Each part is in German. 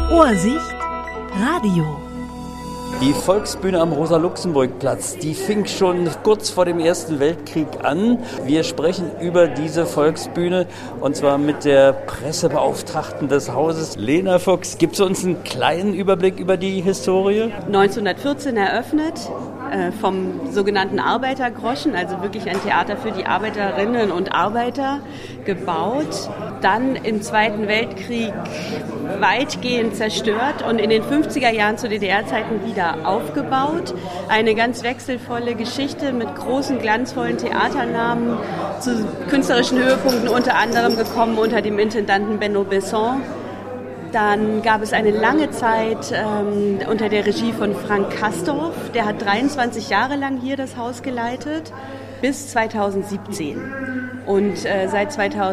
Ohrsicht Radio. Die Volksbühne am Rosa-Luxemburg-Platz, die fing schon kurz vor dem Ersten Weltkrieg an. Wir sprechen über diese Volksbühne und zwar mit der Pressebeauftragten des Hauses, Lena Fuchs. Gibt es uns einen kleinen Überblick über die Historie? 1914 eröffnet, vom sogenannten Arbeitergroschen, also wirklich ein Theater für die Arbeiterinnen und Arbeiter, gebaut. Dann im Zweiten Weltkrieg weitgehend zerstört und in den 50er Jahren zu DDR-Zeiten wieder aufgebaut. Eine ganz wechselvolle Geschichte mit großen, glanzvollen Theaternamen, zu künstlerischen Höhepunkten unter anderem gekommen unter dem Intendanten Benno Besson. Dann gab es eine lange Zeit unter der Regie von Frank Kastorf. Der hat 23 Jahre lang hier das Haus geleitet, bis 2017. Und seit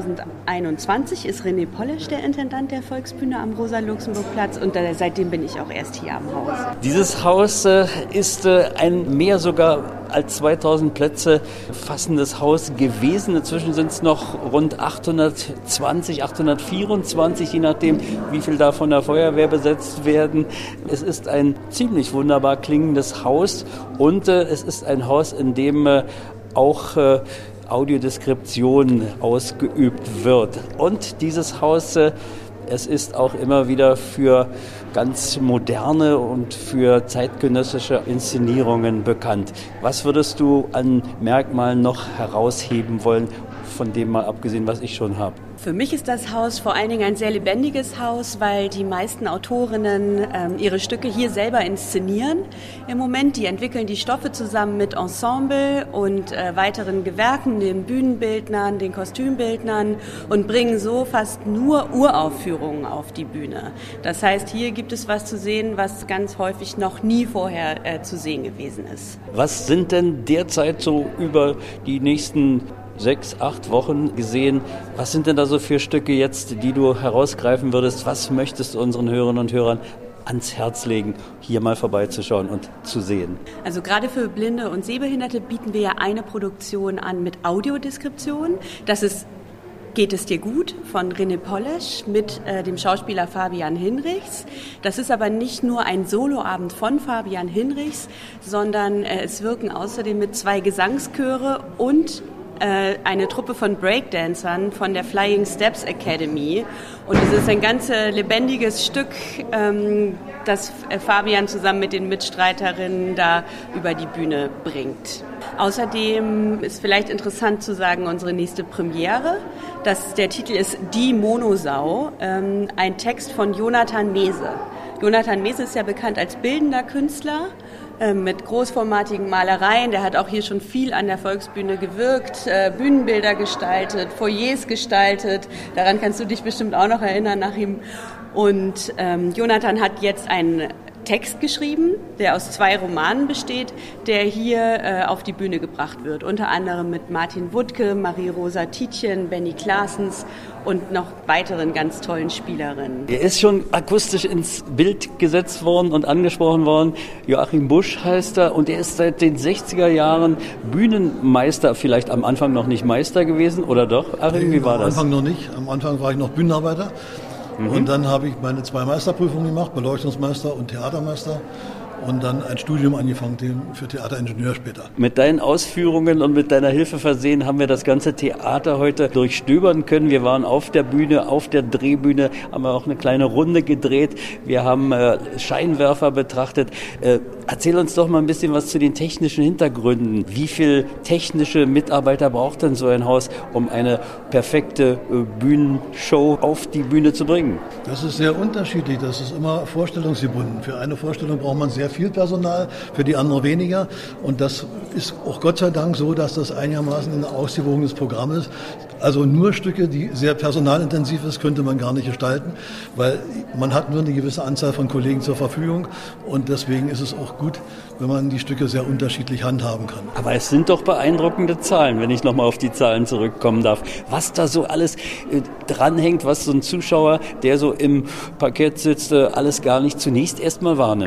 2021 ist René Polesch der Intendant der Volksbühne am Rosa-Luxemburg-Platz und seitdem bin ich auch erst hier am Haus. Dieses Haus ist ein mehr sogar als 2000 Plätze fassendes Haus gewesen. Inzwischen sind es noch rund 820, 824, je nachdem, wie viel da von der Feuerwehr besetzt werden. Es ist ein ziemlich wunderbar klingendes Haus und es ist ein Haus, in dem auch Audiodeskription ausgeübt wird. Und dieses Haus, es ist auch immer wieder für ganz moderne und für zeitgenössische Inszenierungen bekannt. Was würdest du an Merkmalen noch herausheben wollen, von dem mal abgesehen, was ich schon habe? Für mich ist das Haus vor allen Dingen ein sehr lebendiges Haus, weil die meisten Autorinnen ihre Stücke hier selber inszenieren. Im Moment, die entwickeln die Stoffe zusammen mit Ensemble und weiteren Gewerken, den Bühnenbildnern, den Kostümbildnern und bringen so fast nur Uraufführungen auf die Bühne. Das heißt, hier gibt es was zu sehen, was ganz häufig noch nie vorher zu sehen gewesen ist. Was sind denn derzeit so über die nächsten 6, 8 Wochen gesehen? Was sind denn da so für Stücke jetzt, die du herausgreifen würdest? Was möchtest du unseren Hörerinnen und Hörern ans Herz legen, hier mal vorbeizuschauen und zu sehen? Also gerade für Blinde und Sehbehinderte bieten wir ja eine Produktion an mit Audiodeskription. Das ist Geht es dir gut? Von René Polesch mit dem Schauspieler Fabian Hinrichs. Das ist aber nicht nur ein Soloabend von Fabian Hinrichs, sondern es wirken außerdem mit 2 Gesangschöre und eine Truppe von Breakdancern von der Flying Steps Academy. Und es ist ein ganz lebendiges Stück, das Fabian zusammen mit den Mitstreiterinnen da über die Bühne bringt. Außerdem ist vielleicht interessant zu sagen, unsere nächste Premiere, der Titel ist Die Monosau, ein Text von Jonathan Mese. Jonathan Mese ist ja bekannt als bildender Künstler, mit großformatigen Malereien. Der hat auch hier schon viel an der Volksbühne gewirkt, Bühnenbilder gestaltet, Foyers gestaltet. Daran kannst du dich bestimmt auch noch erinnern nach ihm. Und Jonathan hat jetzt einen Text geschrieben, der aus 2 Romanen besteht, der hier auf die Bühne gebracht wird. Unter anderem mit Martin Wuttke, Marie-Rosa Tietjen, Benny Claessens und noch weiteren ganz tollen Spielerinnen. Er ist schon akustisch ins Bild gesetzt worden und angesprochen worden. Joachim Busch heißt er und er ist seit den 60er Jahren Bühnenmeister, vielleicht am Anfang noch nicht Meister gewesen, oder doch? Achim, wie war das? Am Anfang noch nicht. Am Anfang war ich noch Bühnenarbeiter. Und dann habe ich meine 2 Meisterprüfungen gemacht, Beleuchtungsmeister und Theatermeister. Und dann ein Studium angefangen für Theateringenieur später. Mit deinen Ausführungen und mit deiner Hilfe versehen haben wir das ganze Theater heute durchstöbern können. Wir waren auf der Bühne, auf der Drehbühne, haben auch eine kleine Runde gedreht. Wir haben Scheinwerfer betrachtet. Erzähl uns doch mal ein bisschen was zu den technischen Hintergründen. Wie viel technische Mitarbeiter braucht denn so ein Haus, um eine perfekte Bühnenshow auf die Bühne zu bringen? Das ist sehr unterschiedlich. Das ist immer vorstellungsgebunden. Für eine Vorstellung braucht man sehr viel Personal, für die andere weniger. Und das ist auch Gott sei Dank so, dass das einigermaßen ein ausgewogenes Programm ist. Also nur Stücke, die sehr personalintensiv ist, könnte man gar nicht gestalten, weil man hat nur eine gewisse Anzahl von Kollegen zur Verfügung. Und deswegen ist es auch gut, wenn man die Stücke sehr unterschiedlich handhaben kann. Aber es sind doch beeindruckende Zahlen, wenn ich nochmal auf die Zahlen zurückkommen darf. Was da so alles dranhängt, was so ein Zuschauer, der so im Parkett sitzt, alles gar nicht zunächst erstmal wahrnimmt.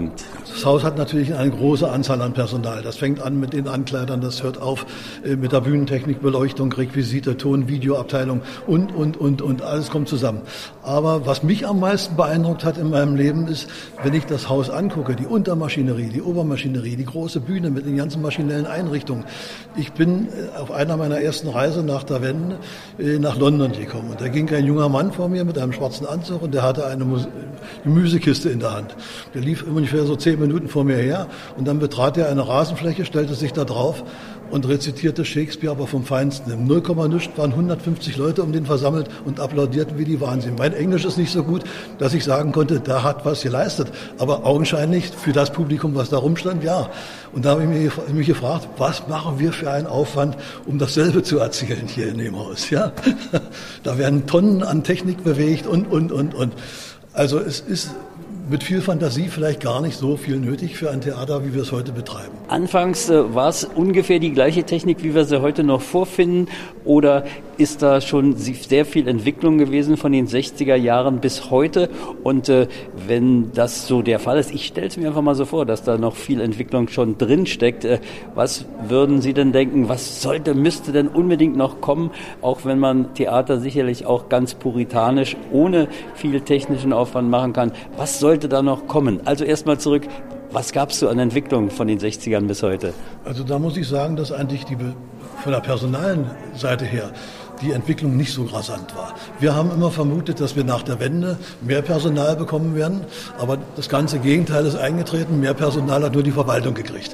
Das Haus hat natürlich eine große Anzahl an Personal. Das fängt an mit den Ankleidern, das hört auf mit der Bühnentechnik, Beleuchtung, Requisite, Ton-, Videoabteilung und alles kommt zusammen. Aber was mich am meisten beeindruckt hat in meinem Leben ist, wenn ich das Haus angucke, die Untermaschinerie, die Obermaschinerie, die große Bühne mit den ganzen maschinellen Einrichtungen. Ich bin auf einer meiner ersten Reise nach der Wende nach London gekommen. Und da ging ein junger Mann vor mir mit einem schwarzen Anzug und der hatte eine Gemüsekiste in der Hand. Der lief ungefähr so 10 Minuten vor mir her und dann betrat er eine Rasenfläche, stellte sich da drauf und rezitierte Shakespeare, aber vom Feinsten. Im 0, nichts waren 150 Leute um den versammelt und applaudierten wie die Wahnsinn. Mein Englisch ist nicht so gut, dass ich sagen konnte, da hat was geleistet. Aber augenscheinlich für das Publikum, was da rumstand, ja. Und da habe ich mich gefragt, was machen wir für einen Aufwand, um dasselbe zu erzielen hier in dem Haus, ja? Da werden Tonnen an Technik bewegt und. Also es ist mit viel Fantasie vielleicht gar nicht so viel nötig für ein Theater, wie wir es heute betreiben. Anfangs war es ungefähr die gleiche Technik, wie wir sie heute noch vorfinden, oder ist da schon sehr viel Entwicklung gewesen von den 60er Jahren bis heute? Und wenn das so der Fall ist, ich stelle es mir einfach mal so vor, dass da noch viel Entwicklung schon drin steckt. Was würden Sie denn denken, was müsste denn unbedingt noch kommen, auch wenn man Theater sicherlich auch ganz puritanisch ohne viel technischen Aufwand machen kann? Was sollte da noch kommen? Also erstmal zurück, was gab es so an Entwicklung von den 60ern bis heute? Also da muss ich sagen, dass eigentlich von der personalen Seite her die Entwicklung nicht so rasant war. Wir haben immer vermutet, dass wir nach der Wende mehr Personal bekommen werden, aber das ganze Gegenteil ist eingetreten. Mehr Personal hat nur die Verwaltung gekriegt.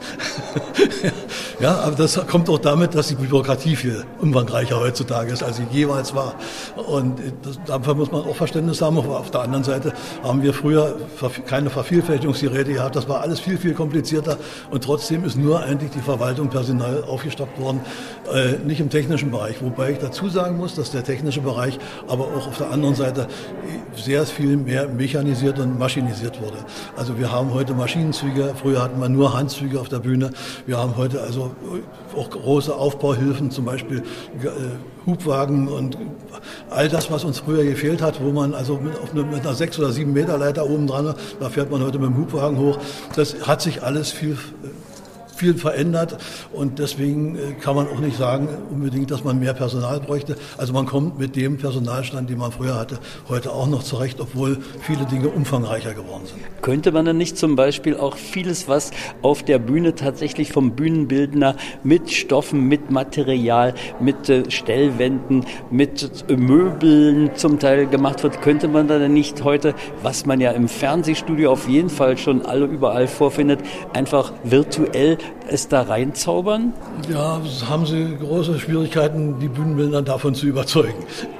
Ja, aber das kommt auch damit, dass die Bürokratie viel umfangreicher heutzutage ist, als sie jeweils war. Und dafür muss man auch Verständnis haben. Aber auf der anderen Seite haben wir früher keine Vervielfältigungsgeräte gehabt. Das war alles viel, viel komplizierter. Und trotzdem ist nur eigentlich die Verwaltung personell aufgestockt worden, nicht im technischen Bereich. Wobei ich dazu sagen muss, dass der technische Bereich aber auch auf der anderen Seite sehr viel mehr mechanisiert und maschinisiert wurde. Also wir haben heute Maschinenzüge. Früher hatten wir nur Handzüge auf der Bühne. Wir haben heute also auch große Aufbauhilfen, zum Beispiel Hubwagen und all das, was uns früher gefehlt hat, wo man also mit einer 6 oder 7 Meter Leiter oben dran, da fährt man heute mit dem Hubwagen hoch. Das hat sich alles viel verändert und deswegen kann man auch nicht sagen unbedingt, dass man mehr Personal bräuchte. Also man kommt mit dem Personalstand, den man früher hatte, heute auch noch zurecht, obwohl viele Dinge umfangreicher geworden sind. Könnte man dann nicht zum Beispiel auch vieles, was auf der Bühne tatsächlich vom Bühnenbildner mit Stoffen, mit Material, mit Stellwänden, mit Möbeln zum Teil gemacht wird, könnte man dann nicht heute, was man ja im Fernsehstudio auf jeden Fall schon überall vorfindet, einfach virtuell es da reinzaubern? Ja, haben Sie große Schwierigkeiten, die Bühnenbildner davon zu überzeugen.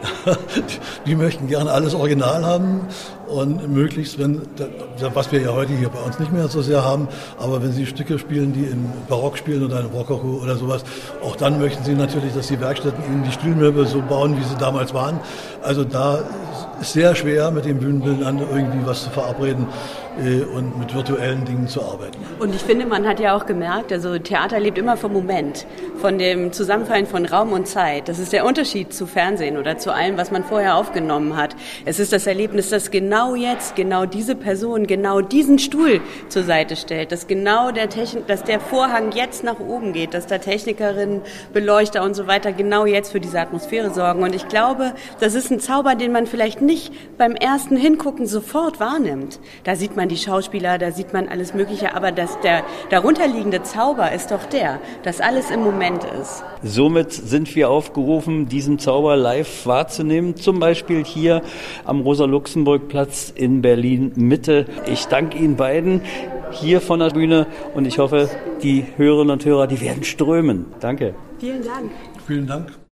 Die möchten gerne alles original haben und möglichst, was wir ja heute hier bei uns nicht mehr so sehr haben, aber wenn Sie Stücke spielen, die im Barock spielen oder im Rokoko oder sowas, auch dann möchten Sie natürlich, dass die Werkstätten Ihnen die Stühlmöbel so bauen, wie sie damals waren. Also da ist sehr schwer, mit den Bühnenbildern irgendwie was zu verabreden und mit virtuellen Dingen zu arbeiten. Und ich finde, man hat ja auch gemerkt, also Theater lebt immer vom Moment, von dem Zusammenfallen von Raum und Zeit. Das ist der Unterschied zu Fernsehen oder zu allem, was man vorher aufgenommen hat. Es ist das Erlebnis, dass genau jetzt, genau diese Person, genau diesen Stuhl zur Seite stellt, dass genau dass der Vorhang jetzt nach oben geht, dass da Technikerinnen, Beleuchter und so weiter genau jetzt für diese Atmosphäre sorgen. Und ich glaube, das ist ein Zauber, den man vielleicht nicht beim ersten Hingucken sofort wahrnimmt. Da sieht man die Schauspieler, da sieht man alles Mögliche, aber der darunterliegende Zauber ist doch dass alles im Moment ist. Somit sind wir aufgerufen, diesen Zauber live wahrzunehmen, zum Beispiel hier am Rosa-Luxemburg-Platz in Berlin-Mitte. Ich danke Ihnen beiden hier von der Bühne und ich hoffe, die Hörerinnen und Hörer, die werden strömen. Danke. Vielen Dank. Vielen Dank.